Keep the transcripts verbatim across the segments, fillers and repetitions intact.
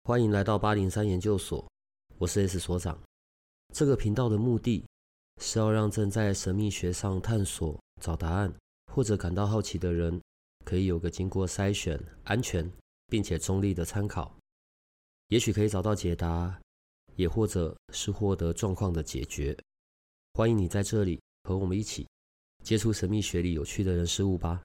欢迎来到八零三研究所，我是 S 所长。这个频道的目的是要让正在神秘学上探索、找答案或者感到好奇的人，可以有个经过筛选、安全并且中立的参考，也许可以找到解答，也或者是获得状况的解决。欢迎你在这里和我们一起接触神秘学里有趣的人事物吧。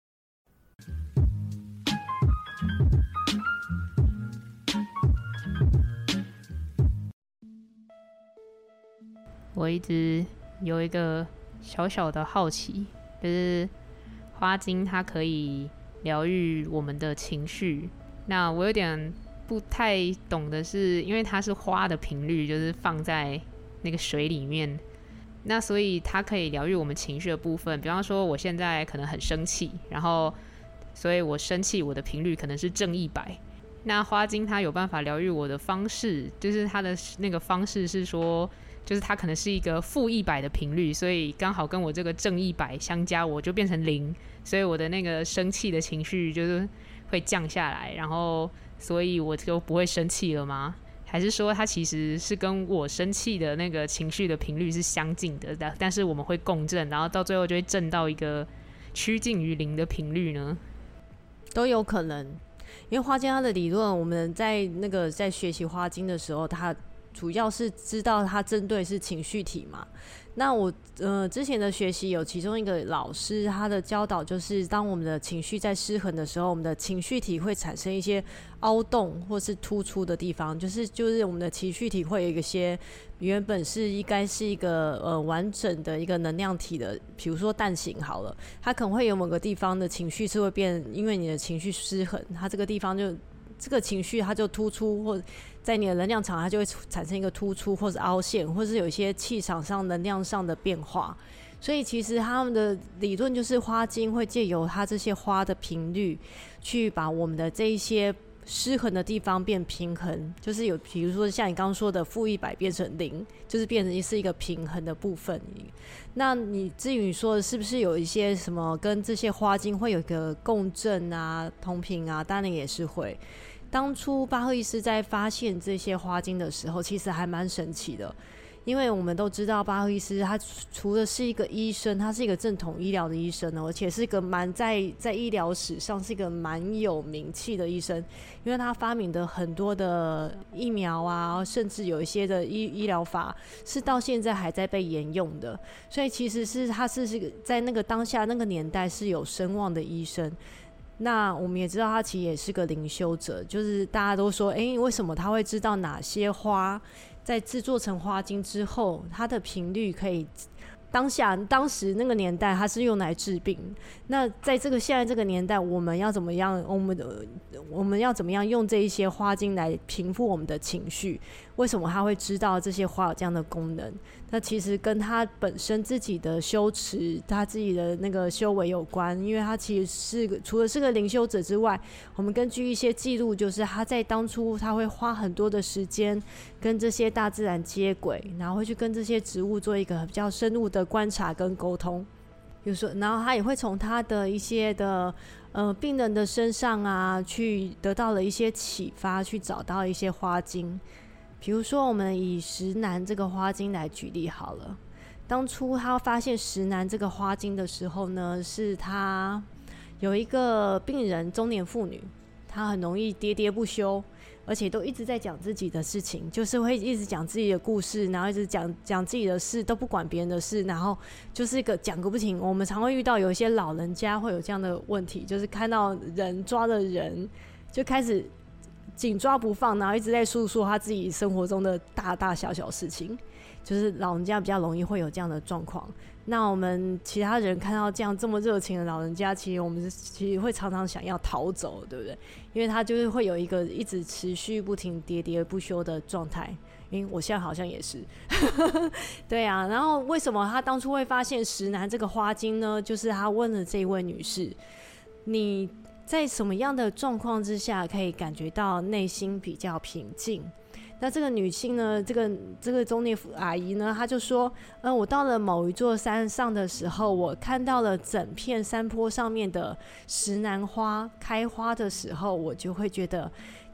我一直有一个小小的好奇，就是花精它可以疗愈我们的情绪。那我有点不太懂的是，因为它是花的频率，就是放在那个水里面，那所以它可以疗愈我们情绪的部分。比方说，我现在可能很生气，然后所以我生气，我的频率可能是正一百。那花精它有办法疗愈我的方式，就是它的那个方式是说，就是它可能是一个负一百的频率，所以刚好跟我这个正一百相加，我就变成零，所以我的那个生气的情绪就是会降下来，然后所以我就不会生气了吗？还是说它其实是跟我生气的那个情绪的频率是相近的，但是我们会共振，然后到最后就会振到一个趋近于零的频率呢？ 都有可能，因为花精它的理论，我们在那个在学习花精的时候，它主要是知道它针对是情绪体嘛。那我呃之前的学习有其中一个老师，他的教导就是当我们的情绪在失衡的时候，我们的情绪体会产生一些凹洞或是突出的地方，就是就是我们的情绪体会有一些原本是应该是一个呃完整的一个能量体的，比如说蛋形好了，它可能会有某个地方的情绪是会变，因为你的情绪失衡，它这个地方就这个情绪它就突出，或在你的能量场它就会产生一个突出或是凹陷，或是有一些气场上能量上的变化。所以其实他们的理论就是花精会借由它这些花的频率去把我们的这一些失衡的地方变平衡，就是有比如说像你刚刚说的负一百变成零，就是变成是一个平衡的部分。那你至于你说的是不是有一些什么跟这些花精会有一个共振啊、同频啊，当然也是会。当初巴赫医师在发现这些花精的时候，其实还蛮神奇的，因为我们都知道巴赫医师他除了是一个医生，他是一个正统医疗的医生，而且是一个蛮在在医疗史上是一个蛮有名气的医生，因为他发明的很多的疫苗啊，甚至有一些的医医疗法是到现在还在被沿用的，所以其实是他是在那个当下那个年代是有声望的医生。那我们也知道他其实也是个灵修者，就是大家都说，哎，为什么他会知道哪些花在制作成花精之后，它的频率可以当下当时那个年代它是用来治病，那在这个现在这个年代，我们要怎么样？我们的我们要怎么样用这一些花精来平复我们的情绪？为什么他会知道这些花有这样的功能？那其实跟他本身自己的修持，他自己的那个修为有关，因为他其实是除了是个灵修者之外，我们根据一些记录，就是他在当初他会花很多的时间跟这些大自然接轨，然后会去跟这些植物做一个比较深入的观察跟沟通。比如说，然后他也会从他的一些的呃病人的身上啊，去得到了一些启发，去找到一些花精。比如说，我们以石楠这个花精来举例好了。当初他发现石楠这个花精的时候呢，是他有一个病人，中年妇女，她很容易喋喋不休，而且都一直在讲自己的事情，就是会一直讲自己的故事，然后一直讲讲自己的事，都不管别人的事，然后就是一个讲个不停。我们常会遇到有一些老人家会有这样的问题，就是看到人抓的人就开始紧抓不放，然后一直在诉说他自己生活中的大大小小事情，就是老人家比较容易会有这样的状况。那我们其他人看到这样这么热情的老人家，其实我们其实会常常想要逃走，对不对？因为他就是会有一个一直持续不停喋喋不休的状态。因为我现在好像也是对啊，然后为什么他当初会发现石楠这个花精呢？就是他问了这位女士，你在什么样的状况之下可以感觉到内心比较平静？那这个女性呢，这个这个中年阿姨呢，她就说，呃，我到了某一座山上的时候，我看到了整片山坡上面的石楠花开花的时候，我就会觉得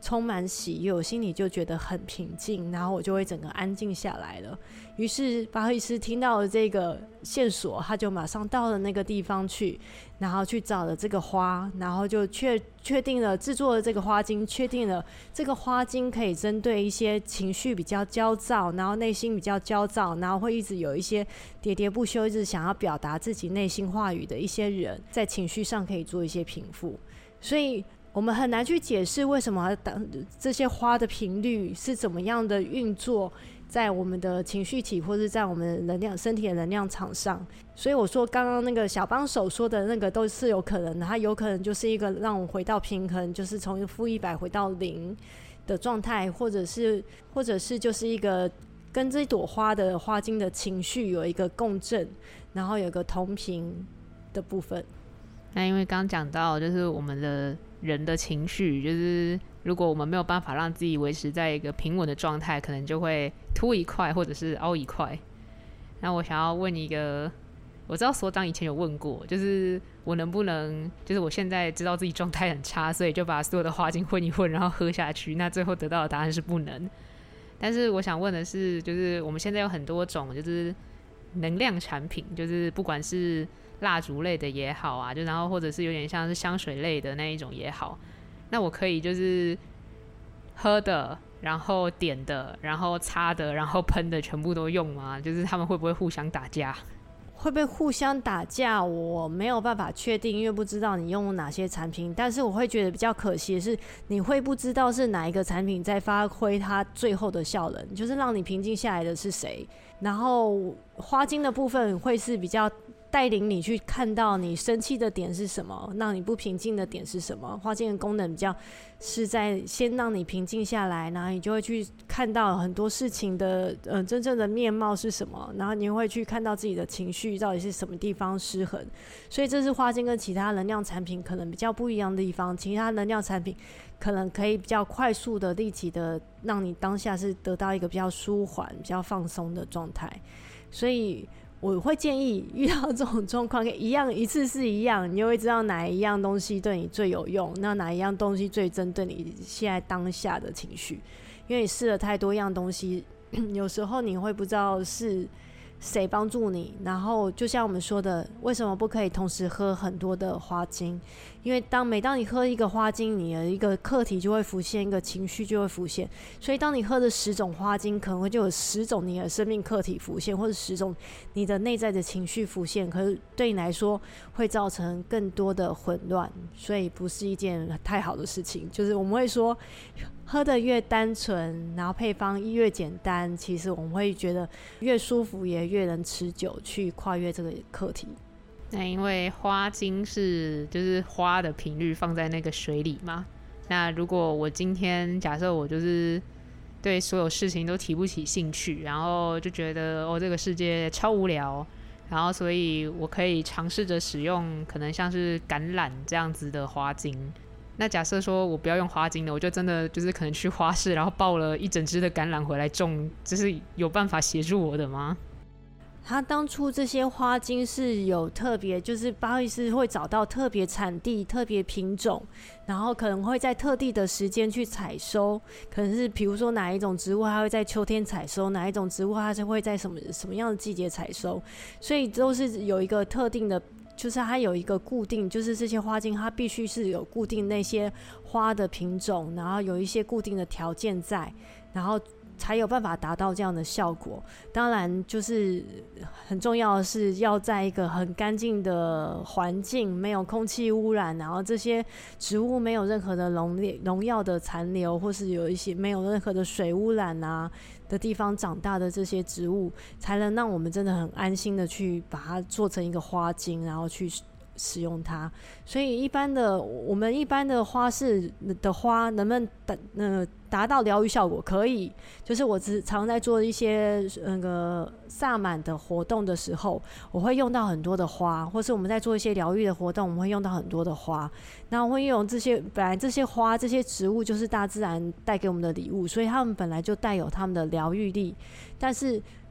充满喜悦，我心里就觉得很平静，然后我就会整个安静下来了。于是巴赫医师听到了这个线索，他就马上到了那个地方去，然后去找了这个花，然后就确确定了制作了这个花精，确定了这个花精可以针对一些情绪比较焦躁，然后内心比较焦躁，然后会一直有一些喋喋不休，一直想要表达自己内心话语的一些人，在情绪上可以做一些平复。所以我们很难去解释为什么这些花的频率是怎么样的运作在我们的情绪体或是在我们的能量身体的能量场上。所以我说刚刚那个小帮手说的那个都是有可能的，它有可能就是一个让我回到平衡，就是从负一百回到零的状态，或者是或者是就是一个跟这朵花的花精的情绪有一个共振，然后有一个同频的部分。 那因为刚刚讲到就是我们的人的情绪，就是如果我们没有办法让自己维持在一个平稳的状态，可能就会凸一块或者是凹一块。那我想要问一个，我知道所长以前有问过，就是我能不能，就是我现在知道自己状态很差，所以就把所有的花精混一混然后喝下去，那最后得到的答案是不能。但是我想问的是，就是我们现在有很多种就是能量产品，就是不管是蜡烛类的也好啊，就然后或者是有点像是香水类的那一种也好，那我可以就是喝的，然后点的，然后擦的，然后喷的全部都用吗？就是他们会不会互相打架？ 会不会互相打架我没有办法确定，因为不知道你用哪些产品。但是我会觉得比较可惜的是，你会不知道是哪一个产品在发挥它最后的效能，就是让你平静下来的是谁。然后花精的部分会是比较带领你去看到你生气的点是什么，让你不平静的点是什么。花精的功能比较是在先让你平静下来，然后你就会去看到很多事情的、呃、真正的面貌是什么，然后你会去看到自己的情绪到底是什么地方失衡。所以这是花精跟其他能量产品可能比较不一样的地方。其他能量产品可能可以比较快速的立即的让你当下是得到一个比较舒缓比较放松的状态。所以我会建议遇到这种状况一样一次是一样，你就会知道哪一样东西对你最有用，那哪一样东西最针对你现在当下的情绪。因为你试了太多样东西，有时候你会不知道是谁帮助你。然后就像我们说的，为什么不可以同时喝很多的花精？因为当每当你喝一个花精，你的一个课题就会浮现，一个情绪就会浮现。所以当你喝的十种花精，可能会就有十种你的生命课题浮现，或者十种你的内在的情绪浮现。可是对你来说会造成更多的混乱，所以不是一件太好的事情。就是我们会说喝的越单纯，然后配方越简单，其实我们会觉得越舒服，也越能持久去跨越这个课题。 那因为花精是就是花的频率放在那个水里嘛，那如果我今天假设我就是对所有事情都提不起兴趣，然后就觉得哦这个世界超无聊，然后所以我可以尝试着使用可能像是橄榄这样子的花精。那假设说我不要用花精的，我就真的就是可能去花市然后抱了一整只的橄榄回来种，这是有办法协助我的吗？ 他当初这些花精是有特别，就是巴赫医师会找到特别产地、特别品种，然后可能会在特地的时间去采收。可能是比如说哪一种植物它会在秋天采收，哪一种植物它是会在什么什么样的季节采收，所以都是有一个特定的，就是它有一个固定，就是这些花精它必须是有固定那些花的品种，然后有一些固定的条件在，然后才有办法达到这样的效果。当然就是很重要的是要在一个很干净的环境，没有空气污染，然后这些植物没有任何的农药的残留，或是有一些没有任何的水污染啊的地方长大的这些植物，才能让我们真的很安心的去把它做成一个花精，然后去使用它。所以一般的我们一般的花市的花能不能达呃达到疗愈效果？可以，就是我只常在做一些那个萨满的活动的时候，我会用到很多的花，或是我们在做一些疗愈的活动，我们会用到很多的花。然后会用这些本来这些花这些植物就是大自然带给我们的礼物，所以它们本来就带有它们的疗愈力。但是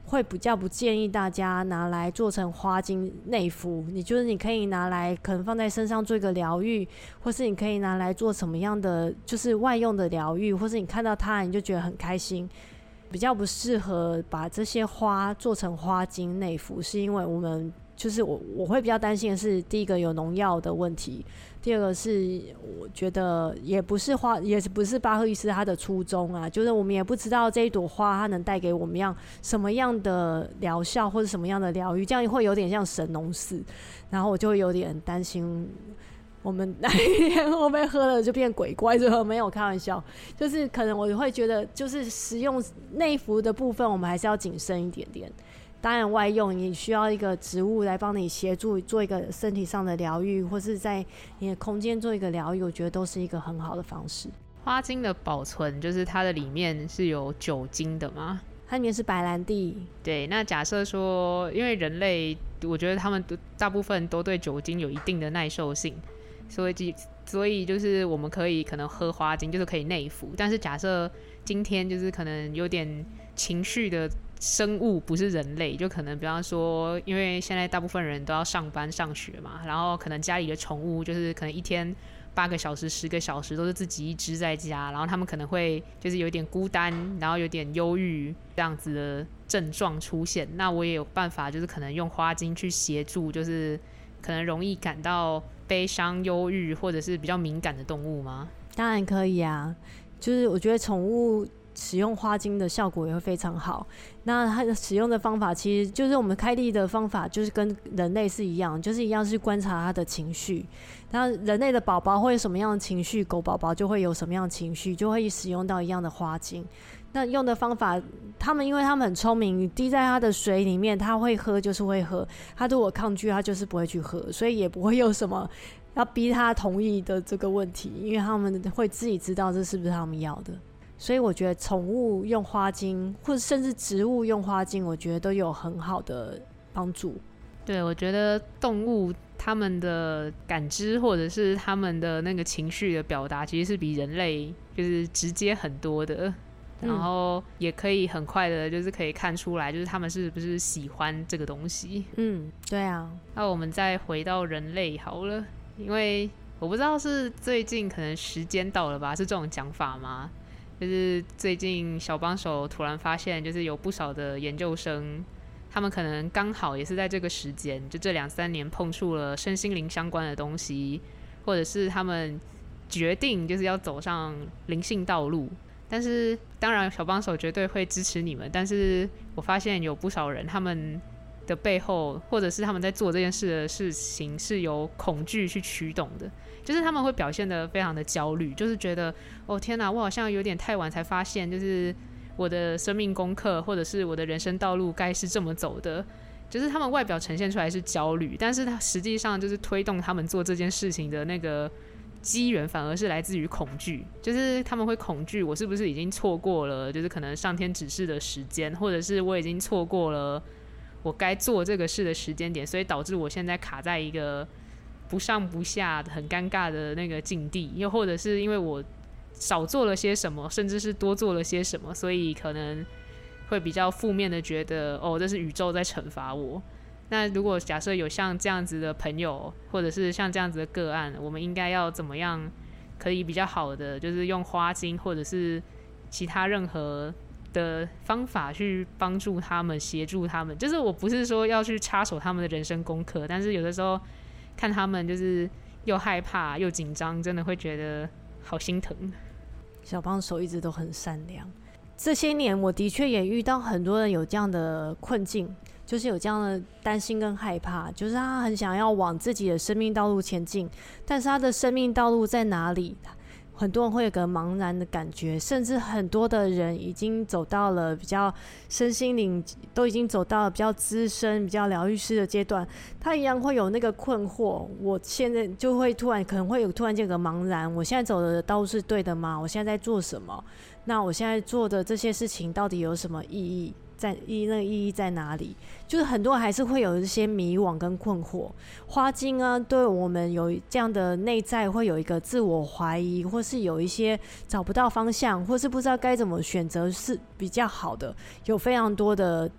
会比较不建议大家拿来做成花精内服，你就是你可以拿来可能放在身上做一个疗愈，或是你可以拿来做什么样的就是外用的疗愈，或是你看到它你就觉得很开心。比较不适合把这些花做成花精内服，是因为我们就是我我会比较担心的是，第一个有农药的问题，第二个是我觉得也不是花，也不是巴赫医师他的初衷啊，就是我们也不知道这一朵花它能带给我们样什么样的疗效或者什么样的疗愈，这样会有点像神农氏，然后我就会有点担心。我们哪一天会不会喝了就变鬼怪？最后没有开玩笑，就是可能我会觉得，就是食用内服的部分，我们还是要谨慎一点点。当然，外用你需要一个植物来帮你协助做一个身体上的疗愈，或是在你的空间做一个疗愈，我觉得都是一个很好的方式。 花精的保存，就是它的里面是有酒精的吗？ 它里面是白兰地。对， 那假设说，因为人类，我觉得他们大部分都对酒精有一定的耐受性。所以，所以就是我们可以可能喝花精，就是可以内服。但是假设今天就是可能有点情绪的生物不是人类，就可能比方说，因为现在大部分人都要上班上学嘛，然后可能家里的宠物就是可能一天八个小时、十个小时都是自己一只在家，然后他们可能会就是有点孤单，然后有点忧郁这样子的症状出现。那我也有办法，就是可能用花精去协助，就是可能容易感到悲伤、忧郁或者是比较敏感的动物吗？ 当然可以啊，就是我觉得宠物使用花精的效果也会非常好。那它的使用的方法其实就是我们开立的方法，就是跟人类是一样，就是一样是观察它的情绪。那人类的宝宝会有什么样的情绪，狗宝宝就会有什么样的情绪，就会使用到一样的花精。那用的方法，他们因为他们很聪明，你滴在他的水里面，他会喝就是会喝，他如果抗拒，他就是不会去喝，所以也不会有什么要逼他同意的这个问题，因为他们会自己知道这是不是他们要的。所以我觉得宠物用花精，或者甚至植物用花精，我觉得都有很好的帮助。 对，我觉得动物他们的感知或者是他们的那个情绪的表达，其实是比人类就是直接很多的。然后也可以很快的，就是可以看出来，就是他们是不是喜欢这个东西。 嗯，对啊。 那我们再回到人类好了，因为我不知道是最近可能时间到了吧，是这种讲法吗？就是最近小帮手突然发现，就是有不少的研究生，他们可能刚好也是在这个时间，就这两三年碰触了身心灵相关的东西，或者是他们决定就是要走上灵性道路。但是当然小帮手绝对会支持你们，但是我发现有不少人他们的背后，或者是他们在做这件事的事情是由恐惧去驱动的，就是他们会表现得非常的焦虑，就是觉得哦天哪，我好像有点太晚才发现，就是我的生命功课或者是我的人生道路该是这么走的，就是他们外表呈现出来是焦虑，但是他实际上就是推动他们做这件事情的那个机缘反而是来自于恐惧，就是他们会恐惧我是不是已经错过了就是可能上天指示的时间，或者是我已经错过了我该做这个事的时间点，所以导致我现在卡在一个不上不下很尴尬的那个境地，又或者是因为我少做了些什么，甚至是多做了些什么，所以可能会比较负面的觉得哦，这是宇宙在惩罚我。那如果假设有像这样子的朋友，或者是像这样子的个案，我们应该要怎么样可以比较好的，就是用花精或者是其他任何的方法去帮助他们，协助他们。就是我不是说要去插手他们的人生功课，但是有的时候看他们就是又害怕又紧张，真的会觉得好心疼。 小帮手一直都很善良，这些年我的确也遇到很多人有这样的困境，就是有这样的担心跟害怕，就是他很想要往自己的生命道路前进，但是他的生命道路在哪里？很多人会有个茫然的感觉，甚至很多的人已经走到了比较身心灵，都已经走到了比较资深、比较疗愈师的阶段，他一样会有那个困惑。我现在就会突然可能会有突然间有个茫然，我现在走的道路是对的吗？我现在在做什么？那我现在做的这些事情到底有什么意义？在意那个意义在哪里？就是很多人还是会有一些迷惘跟困惑。花精啊，对我们有这样的内在会有一个自我怀疑，或是有一些找不到方向，或是不知道该怎么选择是比较好的，有非常多的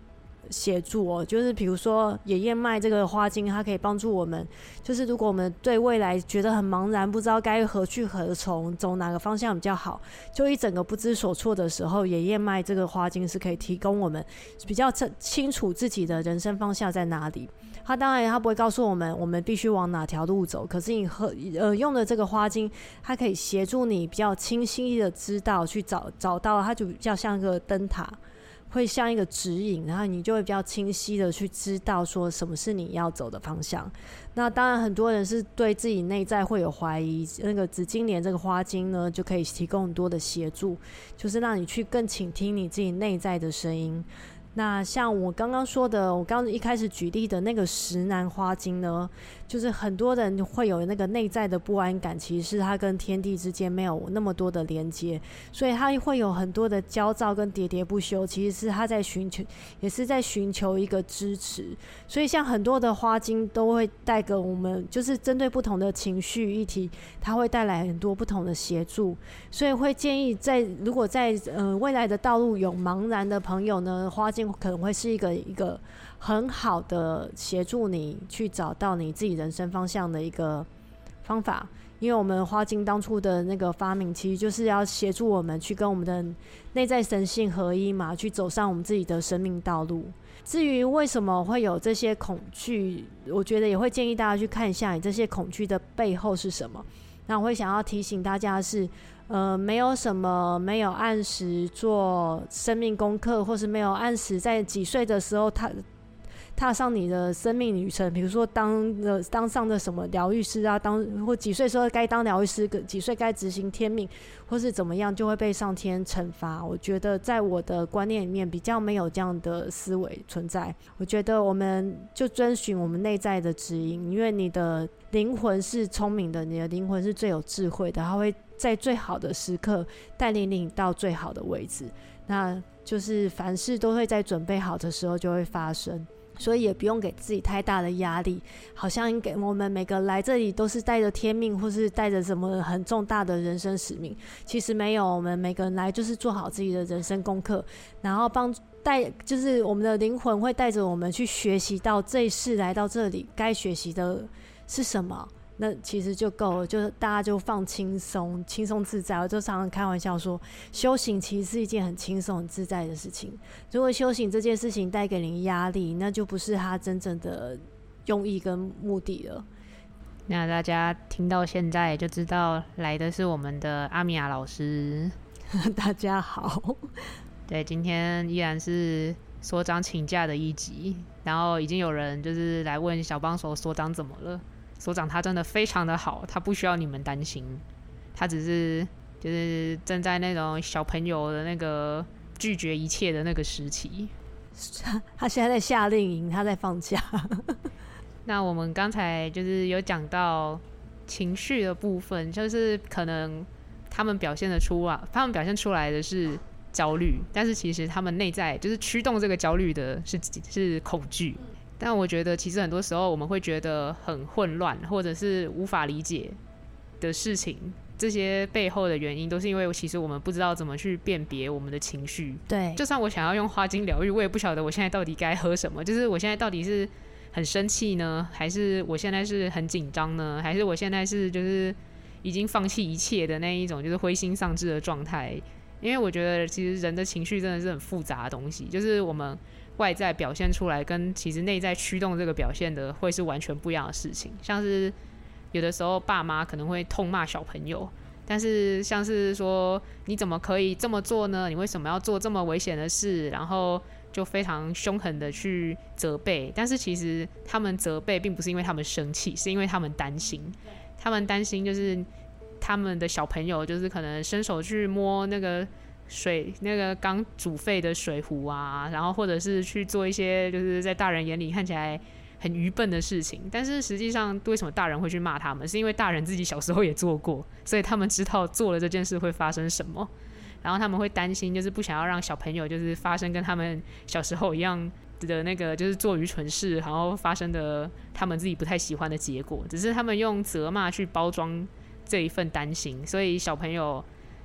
协助哦，就是比如说野燕麦这个花精，它可以帮助我们，就是如果我们对未来觉得很茫然，不知道该何去何从，走哪个方向比较好，就一整个不知所措的时候，野燕麦这个花精是可以提供我们比较清楚自己的人生方向在哪里。它当然它不会告诉我们我们必须往哪条路走，可是你喝呃用的这个花精，它可以协助你比较清晰的知道去找找到，它就比较像个灯塔，会像一个指引，然后你就会比较清晰的去知道说什么是你要走的方向。那当然很多人是对自己内在会有怀疑，那个紫金莲这个花精呢就可以提供很多的协助，就是让你去更倾听你自己内在的声音。那像我刚刚说的，我刚刚一开始举例的那个石楠花精呢，就是很多人会有那个内在的不安感，其实是他跟天地之间没有那么多的连接，所以他会有很多的焦躁跟喋喋不休，其实是他在寻求，也是在寻求一个支持。所以像很多的花精都会带给我们，就是针对不同的情绪议题，它会带来很多不同的协助。所以会建议在如果在呃未来的道路有茫然的朋友呢，花精可能会是一个一个很好的协助你去找到你自己人生方向的一个方法。因为我们花精当初的那个发明，其实就是要协助我们去跟我们的内在神性合一嘛，去走上我们自己的生命道路。至于为什么会有这些恐惧，我觉得也会建议大家去看一下你这些恐惧的背后是什么。那我会想要提醒大家的是，呃，没有什么没有按时做生命功课，或是没有按时在几岁的时候踏踏上你的生命旅程，比如说当了当上的什么疗愈师啊，当或几岁时候该当疗愈师，几岁该执行天命，或是怎么样就会被上天惩罚。我觉得在我的观念里面比较没有这样的思维存在。我觉得我们就遵循我们内在的指引，因为你的灵魂是聪明的，你的灵魂是最有智慧的，它会在最好的时刻带领你到最好的位置。那就是凡事都会在准备好的时候就会发生。所以也不用给自己太大的压力，好像给我们每个来这里都是带着天命，或是带着什么很重大的人生使命。其实没有，我们每个人来就是做好自己的人生功课，然后帮带就是我们的灵魂会带着我们去学习到这一世来到这里该学习的是什么。那其实就够了，就是大家就放轻松，轻松自在。我就常常开玩笑说，修行其实是一件很轻松、很自在的事情。如果修行这件事情带给你压力，那就不是他真正的用意跟目的了。 那大家听到现在就知道，来的是我们的阿米亚老师。 大家好。 对，今天依然是所长请假的一集，然后已经有人就是来问小帮手所长怎么了。所长他真的非常的好，他不需要你们担心，他只是就是正在那种小朋友的那个拒绝一切的那个时期。 他现在在夏令营，他在放假。 那我们刚才就是有讲到情绪的部分，就是可能他们表现的出来，他们表现出来的是焦虑，但是其实他们内在就是驱动这个焦虑的是是恐惧。但我觉得其实很多时候我们会觉得很混乱，或者是无法理解的事情，这些背后的原因都是因为其实我们不知道怎么去辨别我们的情绪。 对， 就算我想要用花精疗愈，我也不晓得我现在到底该喝什么，就是我现在到底是很生气呢，还是我现在是很紧张呢，还是我现在是就是已经放弃一切的那一种就是灰心丧志的状态。因为我觉得其实人的情绪真的是很复杂的东西，就是我们外在表现出来跟其实内在驱动这个表现的会是完全不一样的事情。像是有的时候爸妈可能会痛骂小朋友，但是像是说你怎么可以这么做呢？你为什么要做这么危险的事？然后就非常凶狠的去责备，但是其实他们责备并不是因为他们生气，是因为他们担心，他们担心就是他们的小朋友就是可能伸手去摸那个水那个刚煮沸的水壶啊，然后或者是去做一些就是在大人眼里看起来很愚笨的事情，但是实际上为什么大人会去骂他们，是因为大人自己小时候也做过，所以他们知道做了这件事会发生什么，然后他们会担心就是不想要让小朋友就是发生跟他们小时候一样的那个就是做愚蠢事，然后发生的他们自己不太喜欢的结果，只是他们用责骂去包装这一份担心，所以小朋友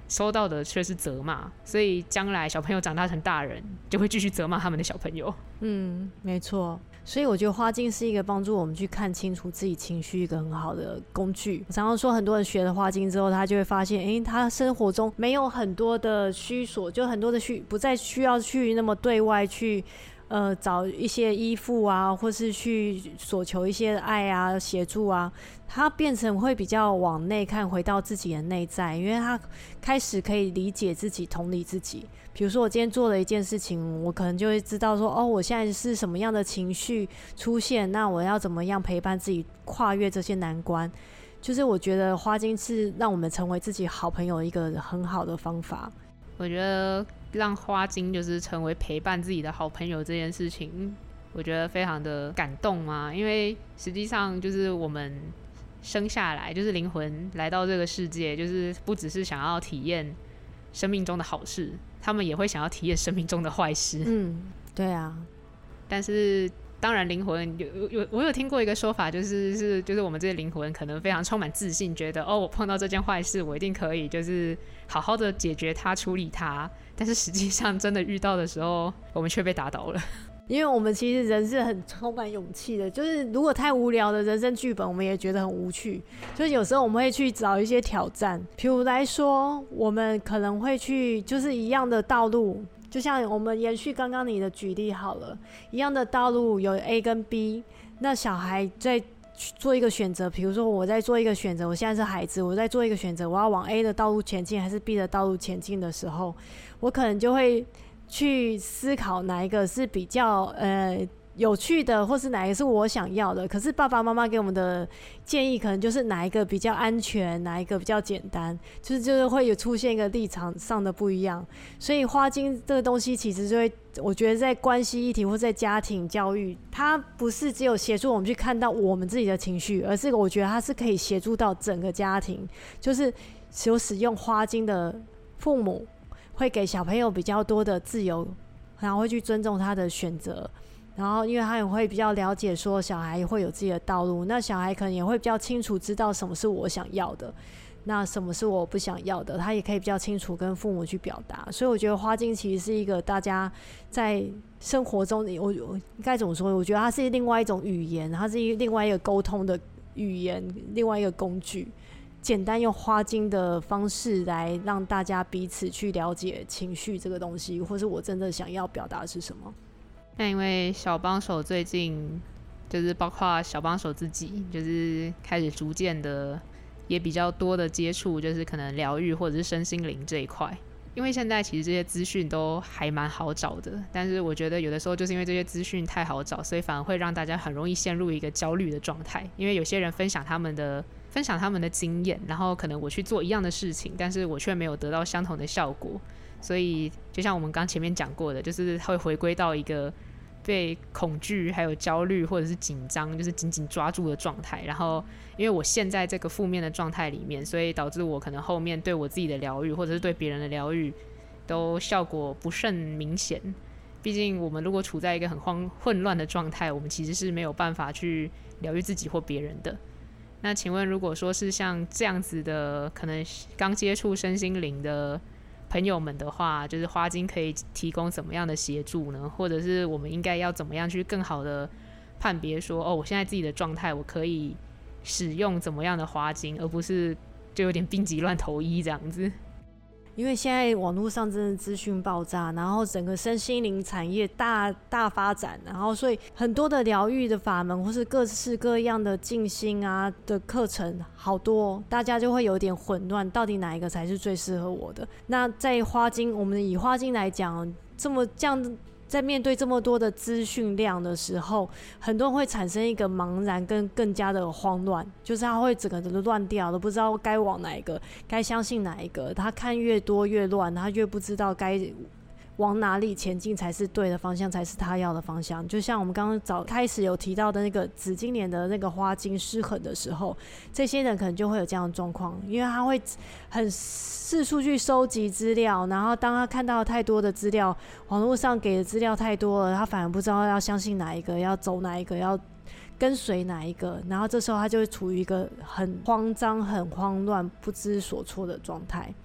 收到的却是责骂，所以将来小朋友长大成大人就会继续责骂他们的小朋友。 嗯，没错。所以我觉得花精是一个帮助我们去看清楚自己情绪一个很好的工具。我常常说很多人学了花精之后，他就会发现诶，他生活中没有很多的需索，就很多的需不再需要去那么对外去呃，找一些依附啊，或是去索求一些爱啊、协助啊，他变成会比较往内看，回到自己的内在，因为他开始可以理解自己、同理自己。比如说，我今天做了一件事情，我可能就会知道说，哦，我现在是什么样的情绪出现，那我要怎么样陪伴自己跨越这些难关。就是我觉得花精是让我们成为自己好朋友一个很好的方法。 我觉得让花精就是成为陪伴自己的好朋友这件事情，我觉得非常的感动嘛，因为实际上就是我们生下来，就是灵魂来到这个世界，就是不只是想要体验生命中的好事，他们也会想要体验生命中的坏事。 嗯，对啊。 但是当然灵魂有有我有听过一个说法，就是是就是我们这些灵魂可能非常充满自信，觉得哦，我碰到这件坏事我一定可以就是好好的解决它、处理它，但是实际上真的遇到的时候我们却被打倒了。 因为我们其实人是很充满勇气的，就是如果太无聊的人生剧本我们也觉得很无趣，就是有时候我们会去找一些挑战。比如来说，我们可能会去就是一样的道路，就像我们延续刚刚你的举例好了，一样的道路有 A 跟 B， 那小孩在做一个选择，比如说我在做一个选择，我现在是孩子，我在做一个选择，我要往 A 的道路前进还是 B 的道路前进的时候，我可能就会去思考哪一个是比较呃有趣的，或是哪一个是我想要的。可是爸爸妈妈给我们的建议可能就是哪一个比较安全，哪一个比较简单，就是就是会有出现一个立场上的不一样。所以花精这个东西其实就会，我觉得在关系议题或在家庭教育，它不是只有协助我们去看到我们自己的情绪，而是我觉得它是可以协助到整个家庭。就是有使用花精的父母会给小朋友比较多的自由，然后会去尊重他的选择，然后因为他也会比较了解说小孩会有自己的道路，那小孩可能也会比较清楚知道什么是我想要的，那什么是我不想要的，他也可以比较清楚跟父母去表达。所以我觉得花精其实是一个大家在生活中，我我该怎么说，我觉得它是另外一种语言，它是另外一个沟通的语言，另外一个工具，简单用花精的方式来让大家彼此去了解情绪这个东西，或是我真的想要表达的是什么。 那因为小帮手最近就是包括小帮手自己，就是开始逐渐的也比较多的接触，就是可能疗愈或者是身心灵这一块。因为现在其实这些资讯都还蛮好找的，但是我觉得有的时候就是因为这些资讯太好找，所以反而会让大家很容易陷入一个焦虑的状态。因为有些人分享他们的分享他们的经验，然后可能我去做一样的事情，但是我却没有得到相同的效果，所以就像我们刚前面讲过的，就是会回归到一个被恐惧还有焦虑或者是紧张就是紧紧抓住的状态。然后因为我现在这个负面的状态里面，所以导致我可能后面对我自己的疗愈或者是对别人的疗愈都效果不甚明显。毕竟我们如果处在一个很慌混乱的状态，我们其实是没有办法去疗愈自己或别人的。那请问如果说是像这样子的可能刚接触身心灵的朋友们的话，就是花精可以提供怎么样的协助呢？或者是我们应该要怎么样去更好的判别说，哦，我现在自己的状态我可以使用怎么样的花精，而不是就有点病急乱投医这样子。 因为现在网络上真的资讯爆炸，然后整个身心灵产业大大发展，然后所以很多的疗愈的法门或是各式各样的静心啊的课程好多，大家就会有点混乱，到底哪一个才是最适合我的。那在花精，我们以花精来讲，这么这样在面对这么多的资讯量的时候，很多人会产生一个茫然跟更加的慌乱，就是他会整个都乱掉，都不知道该往哪一个，该相信哪一个。他看越多越乱，他越不知道该往哪里前进才是对的方向，才是他要的方向。就像我们刚刚早开始有提到的那个紫金莲的那个花精失衡的时候，这些人可能就会有这样的状况，因为他会很四处去收集资料，然后当他看到太多的资料，网络上给的资料太多了，他反而不知道要相信哪一个，要走哪一个，要跟随哪一个，然后这时候他就会处于一个很慌张、很慌乱、不知所措的状态。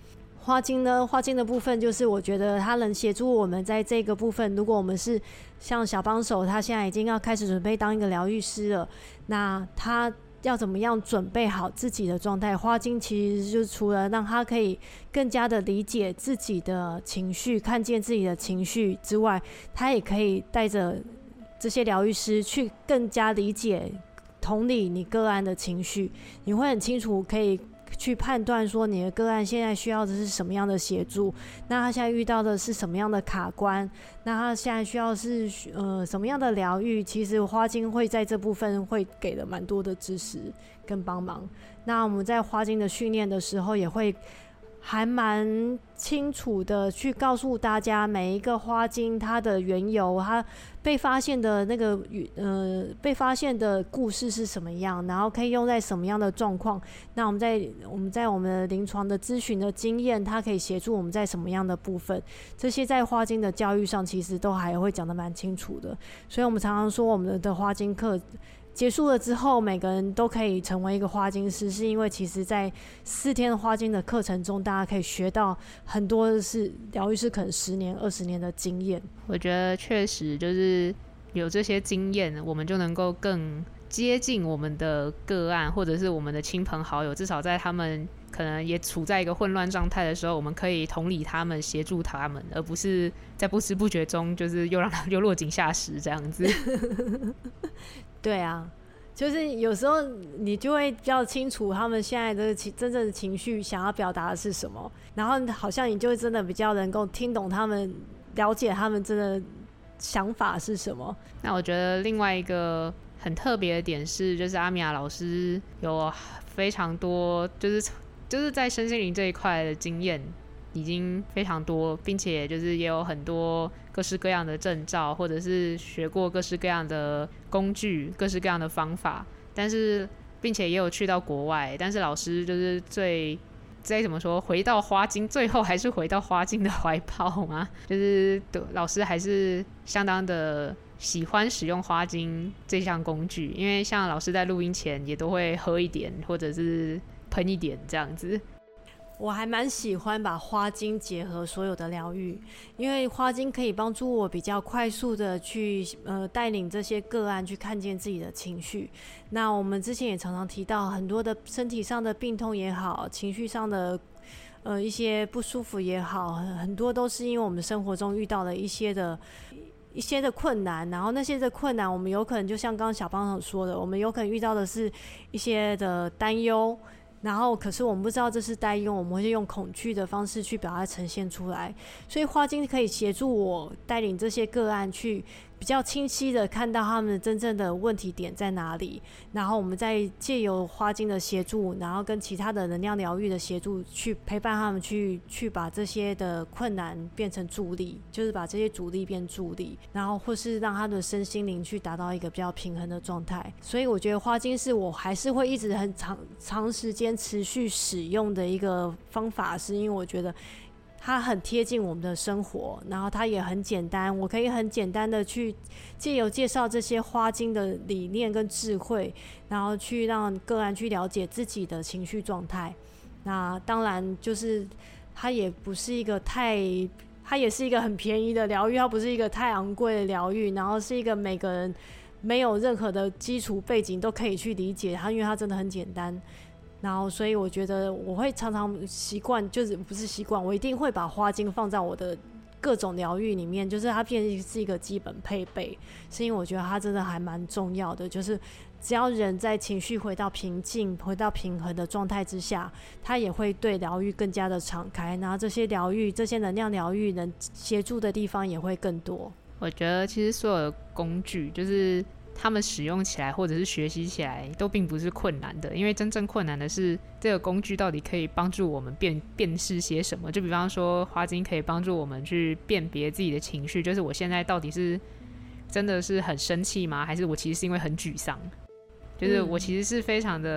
花精呢，花精的部分就是我觉得它能协助我们在这个部分，如果我们是像小帮手，他现在已经要开始准备当一个疗愈师了，那他要怎么样准备好自己的状态？花精其实就除了让他可以更加的理解自己的情绪，看见自己的情绪之外，他也可以带着这些疗愈师去更加理解、同理你个案的情绪，你会很清楚可以去判断说你的个案现在需要的是什么样的协助，那他现在遇到的是什么样的卡关，那他现在需要是呃什么样的疗愈，其实花精会在这部分会给了蛮多的支持跟帮忙。那我们在花精的训练的时候也会还蛮清楚的去告诉大家每一个花精它的缘由，它被发现的那个呃被发现的故事是什么样，然后可以用在什么样的状况。那我们在我们在我们的临床的咨询的经验，它可以协助我们在什么样的部分，这些在花精的教育上其实都还会讲得蛮清楚的。所以我们常常说我们的花精课结束了之后，每个人都可以成为一个花精师，是因为其实在四天的花精的课程中，大家可以学到很多是疗愈师可能十年、二十年的经验。 我觉得确实就是有这些经验，我们就能够更接近我们的个案，或者是我们的亲朋好友，至少在他们可能也处在一个混乱状态的时候，我们可以同理他们，协助他们，而不是在不知不觉中就是又让他又落井下石这样子。 对啊，就是有时候你就会比较清楚他们现在的真正的情绪想要表达的是什么，然后好像你就会真的比较能够听懂他们，了解他们真的想法是什么。 那我觉得另外一个很特别的点是，就是阿米娅老师有非常多就是就是在身心灵这一块的经验已经非常多，并且就是也有很多各式各样的证照，或者是学过各式各样的工具、各式各样的方法，但是并且也有去到国外，但是老师就是最再怎么说回到花精，最后还是回到花精的怀抱嘛，就是老师还是相当的喜欢使用花精这项工具，因为像老师在录音前也都会喝一点或者是喷一点这样子。 我还蛮喜欢把花精结合所有的疗愈，因为花精可以帮助我比较快速的去呃带领这些个案去看见自己的情绪。那我们之前也常常提到，很多的身体上的病痛也好，情绪上的呃一些不舒服也好，很多都是因为我们生活中遇到了一些的一些的困难，然后那些的困难我们有可能就像刚刚小帮手说的，我们有可能遇到的是一些的担忧，然后可是我们不知道这是担忧，我们会用恐惧的方式去表达呈现出来。所以花精可以协助我带领这些个案去比较清晰的看到他们真正的问题点在哪里，然后我们再借由花精的协助，然后跟其他的能量疗愈的协助去陪伴他们去去把这些的困难变成助力，就是把这些阻力变助力，然后或是让他的身心灵去达到一个比较平衡的状态。所以我觉得花精是我还是会一直很长长时间持续使用的一个方法，是因为我觉得它很贴近我们的生活，然后它也很简单，我可以很简单的去借由介绍这些花精的理念跟智慧，然后去让个案去了解自己的情绪状态。那当然就是它也不是一个太它也是一个很便宜的疗愈，它不是一个太昂贵的疗愈，然后是一个每个人没有任何的基础背景都可以去理解它，因为它真的很简单。然后所以我觉得我会常常习惯，就是不是习惯，我一定会把花精放在我的各种疗愈里面，就是它变成是一个基本配备，是因为我觉得它真的还蛮重要的，就是只要人在情绪回到平静回到平衡的状态之下，他也会对疗愈更加的敞开，然后这些疗愈这些能量疗愈能协助的地方也会更多。 我觉得其实所有的工具就是他们使用起来或者是学习起来都并不是困难的，因为真正困难的是这个工具到底可以帮助我们辨辨识些什么。就比方说花精可以帮助我们去辨别自己的情绪，就是我现在到底是真的是很生气吗？还是我其实是因为很沮丧？就是我其实是非常的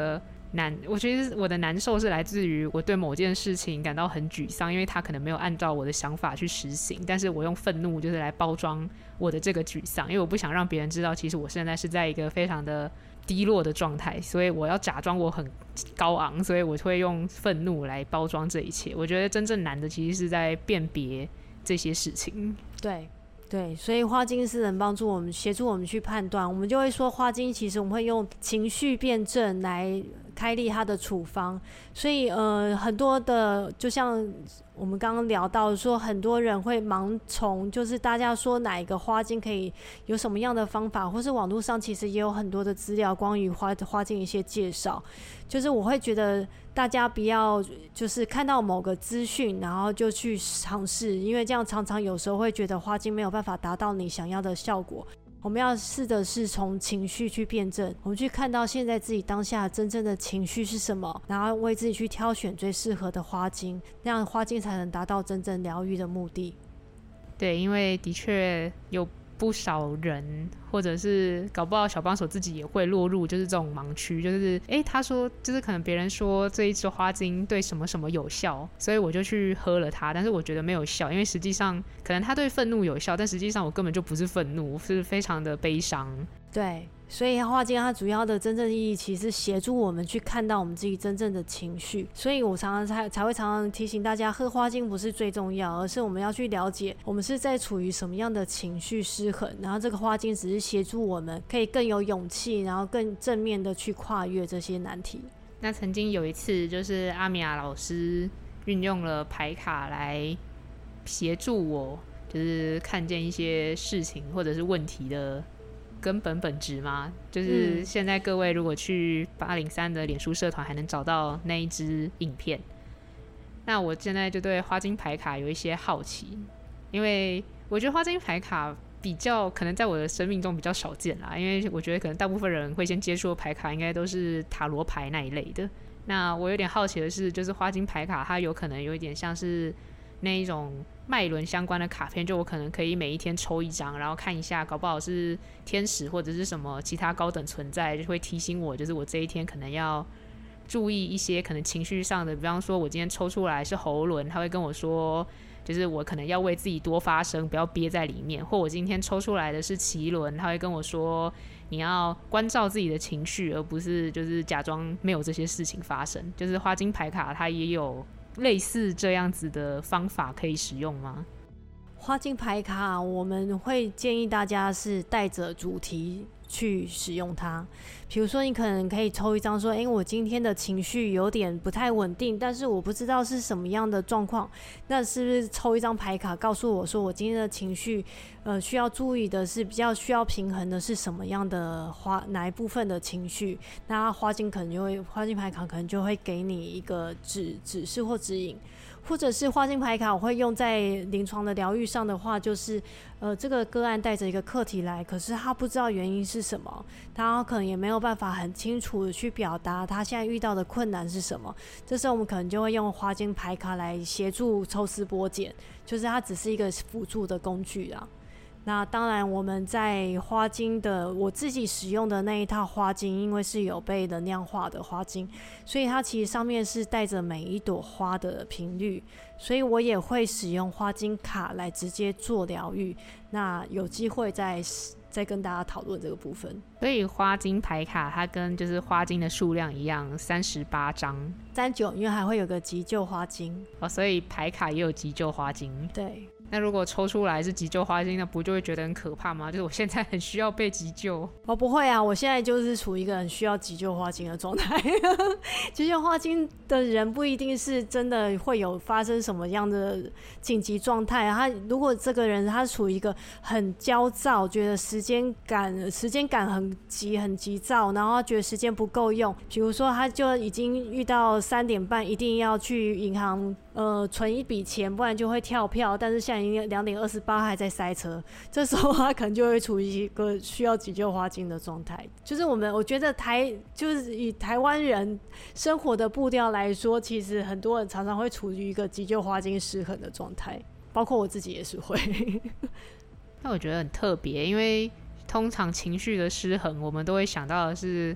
难，我觉得我的难受是来自于我对某件事情感到很沮丧，因为它可能没有按照我的想法去实行，但是我用愤怒就是来包装我的这个沮丧，因为我不想让别人知道其实我现在是在一个非常的低落的状态，所以我要假装我很高昂，所以我会用愤怒来包装这一切。我觉得真正难的其实是在辨别这些事情。 对对，所以花精是能帮助我们协助我们去判断，我们就会说花精其实我们会用情绪辩证来开立它的处方。所以呃，很多的就像我们刚刚聊到说，很多人会盲从，就是大家说哪一个花精可以有什么样的方法，或是网络上其实也有很多的资料关于花花精一些介绍。就是我会觉得大家不要就是看到某个资讯然后就去尝试，因为这样常常有时候会觉得花精没有办法达到你想要的效果。我们要试的是从情绪去辩证，我们去看到现在自己当下真正的情绪是什么，然后为自己去挑选最适合的花精，那样花精才能达到真正疗愈的目的。 对，因为的确有不少人，或者是搞不好小帮手自己也会落入就是这种盲区，就是哎，他说就是可能别人说这一支花精对什么什么有效，所以我就去喝了它，但是我觉得没有效，因为实际上可能它对愤怒有效，但实际上我根本就不是愤怒，是非常的悲伤。 对，所以花精它主要的真正意义其实是协助我们去看到我们自己真正的情绪，所以我常常才才会常常提醒大家，喝花精不是最重要，而是我们要去了解我们是在处于什么样的情绪失衡，然后这个花精只是协助我们可以更有勇气，然后更正面的去跨越这些难题。 那曾经有一次就是阿米亚老师运用了牌卡来协助我，就是看见一些事情或者是问题的根本本质吗？就是现在各位如果去八零三的脸书社团还能找到那一支影片。那我现在就对花精牌卡有一些好奇，因为我觉得花精牌卡比较可能在我的生命中比较少见啦，因为我觉得可能大部分人会先接触的牌卡应该都是塔罗牌那一类的。那我有点好奇的是，就是花精牌卡它有可能有一点像是那一种脉轮相关的卡片，就我可能可以每一天抽一张，然后看一下，搞不好是天使或者是什么其他高等存在，就会提醒我，就是我这一天可能要注意一些可能情绪上的，比方说我今天抽出来是喉轮，他会跟我说，就是我可能要为自己多发声，不要憋在里面，或我今天抽出来的是脐轮，他会跟我说你要关照自己的情绪，而不是就是假装没有这些事情发生。就是花精牌卡它也有类似这样子的方法可以使用吗？ 花精牌卡我们会建议大家是带着主题去使用它，比如说你可能可以抽一张说，哎，我今天的情绪有点不太稳定，但是我不知道是什么样的状况，那是不是抽一张牌卡告诉我说我今天的情绪呃，需要注意的是比较需要平衡的是什么样的花哪一部分的情绪，那花精可能就会花精牌卡可能就会给你一个指指示或指引。或者是花精牌卡我会用在临床的疗愈上的话，就是呃，这个个案带着一个课题来，可是他不知道原因是什么，他可能也没有办法很清楚的去表达他现在遇到的困难是什么，这时候我们可能就会用花精牌卡来协助抽丝剥茧，就是它只是一个辅助的工具啦。那当然我们在花精的我自己使用的那一套花精，因为是有被能量化的花精，所以它其实上面是带着每一朵花的频率，所以我也会使用花精卡来直接做疗愈。那有机会再再跟大家讨论这个部分。 所以花精牌卡它跟就是花精的数量一样，三十八张， 三九，因为还会有个急救花精哦，所以牌卡也有急救花精。 对。 那如果抽出来是急救花精，那不就会觉得很可怕吗？就是我现在很需要被急救。 哦，不会啊，我现在就是处于一个很需要急救花精的状态。急救花精的人不一定是真的会有发生什么样的紧急状态，他如果这个人他处于一个很焦躁，觉得时间感时间感很急很急躁，然后他觉得时间不够用，比如说他就已经遇到三点半一定要去银行呃存一笔钱，不然就会跳票，但是现在已经两点二十八还在塞车，这时候他可能就会处于一个需要急救花精的状态。就是我们我觉得台就是以台湾人生活的步调来说，其实很多人常常会处于一个急救花精失衡的状态，包括我自己也是会。 那我觉得很特别，因为通常情绪的失衡我们都会想到的是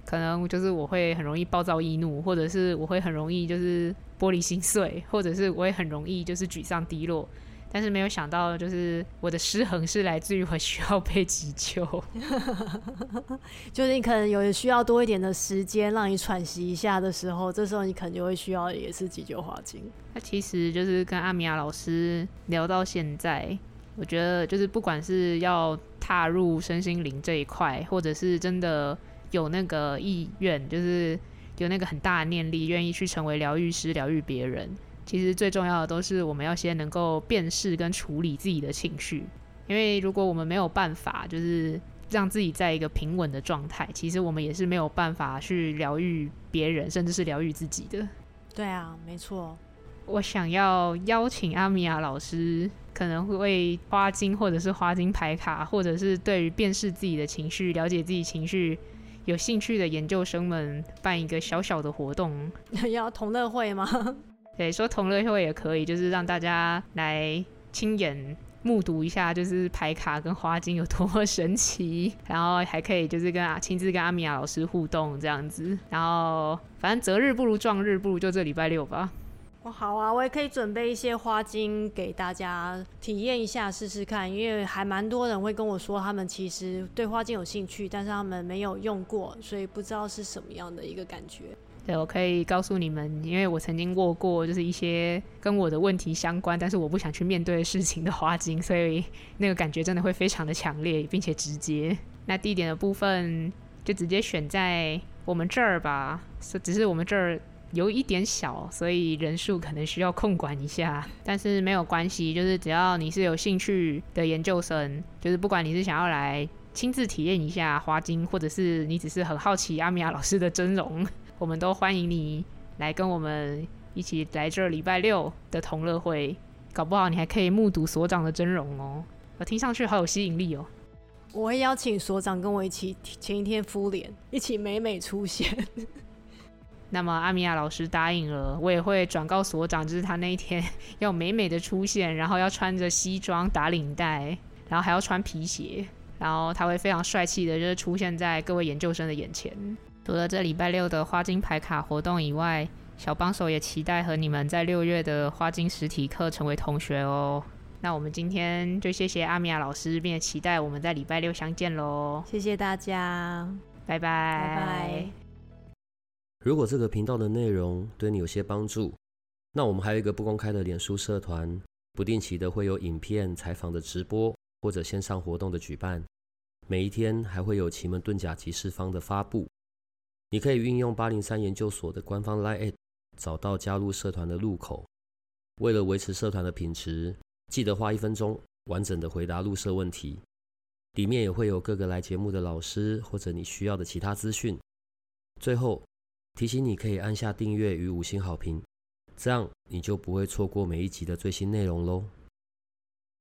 可能就是我会很容易暴躁易怒，或者是我会很容易就是玻璃心碎，或者是我会很容易就是沮丧低落。但是没有想到，就是我的失衡是来自于我需要被急救， 就是你可能有需要多一点的时间让你喘息一下的时候，这时候你可能就会需要的也是急救花精。 那其实就是跟阿米亚老师聊到现在，我觉得就是不管是要踏入身心灵这一块，或者是真的有那个意愿，就是有那个很大的念力，愿意去成为疗愈师，疗愈别人。其实最重要的都是我们要先能够辨识跟处理自己的情绪，因为如果我们没有办法就是让自己在一个平稳的状态，其实我们也是没有办法去疗愈别人，甚至是疗愈自己的。 对啊，没错。 我想要邀请阿米亚老师，可能会为花精或者是花精牌卡，或者是对于辨识自己的情绪、了解自己情绪有兴趣的研究生们办一个小小的活动。 要同乐会吗？ 对，说同乐会也可以，就是让大家来亲眼目睹一下，就是牌卡跟花精有多么神奇，然后还可以就是跟亲自跟阿米亚老师互动这样子。然后反正择日不如撞日，不如就这礼拜六吧。 哦，好啊，我也可以准备一些花精给大家体验一下试试看，因为还蛮多人会跟我说他们其实对花精有兴趣，但是他们没有用过，所以不知道是什么样的一个感觉。 对，我可以告诉你们，因为我曾经握过就是一些跟我的问题相关，但是我不想去面对的事情的花精，所以那个感觉真的会非常的强烈并且直接。那地点的部分就直接选在我们这儿吧，只是我们这儿有一点小，所以人数可能需要控管一下，但是没有关系，就是只要你是有兴趣的研究生，就是不管你是想要来亲自体验一下花精，或者是你只是很好奇阿米亚老师的真容，我们都欢迎你来跟我们一起来这礼拜六的同乐会，搞不好你还可以目睹所长的真容哦，我听上去好有吸引力哦。 我会邀请所长跟我一起前一天敷脸，一起美美出现。 那么阿米亚老师答应了，我也会转告所长，就是他那一天要美美的出现，然后要穿着西装打领带，然后还要穿皮鞋，然后他会非常帅气的就是出现在各位研究生的眼前。除了这礼拜六的花精牌卡活动以外，小帮手也期待和你们在六月的花精实体课成为同学哦。那我们今天就谢谢阿米亚老师，并且期待我们在礼拜六相见咯。 谢谢大家， 拜拜拜拜。 如果这个频道的内容对你有些帮助，那我们还有一个不公开的脸书社团，不定期的会有影片、采访的直播或者线上活动的举办，每一天还会有奇门遁甲集市方的发布。你可以运用八零三研究所的官方 LINE@ 找到加入社团的入口。为了维持社团的品质，记得花一分钟完整的回答入社问题，里面也会有各个来节目的老师或者你需要的其他资讯。最后提醒你可以按下订阅与五星好评，这样你就不会错过每一集的最新内容咯。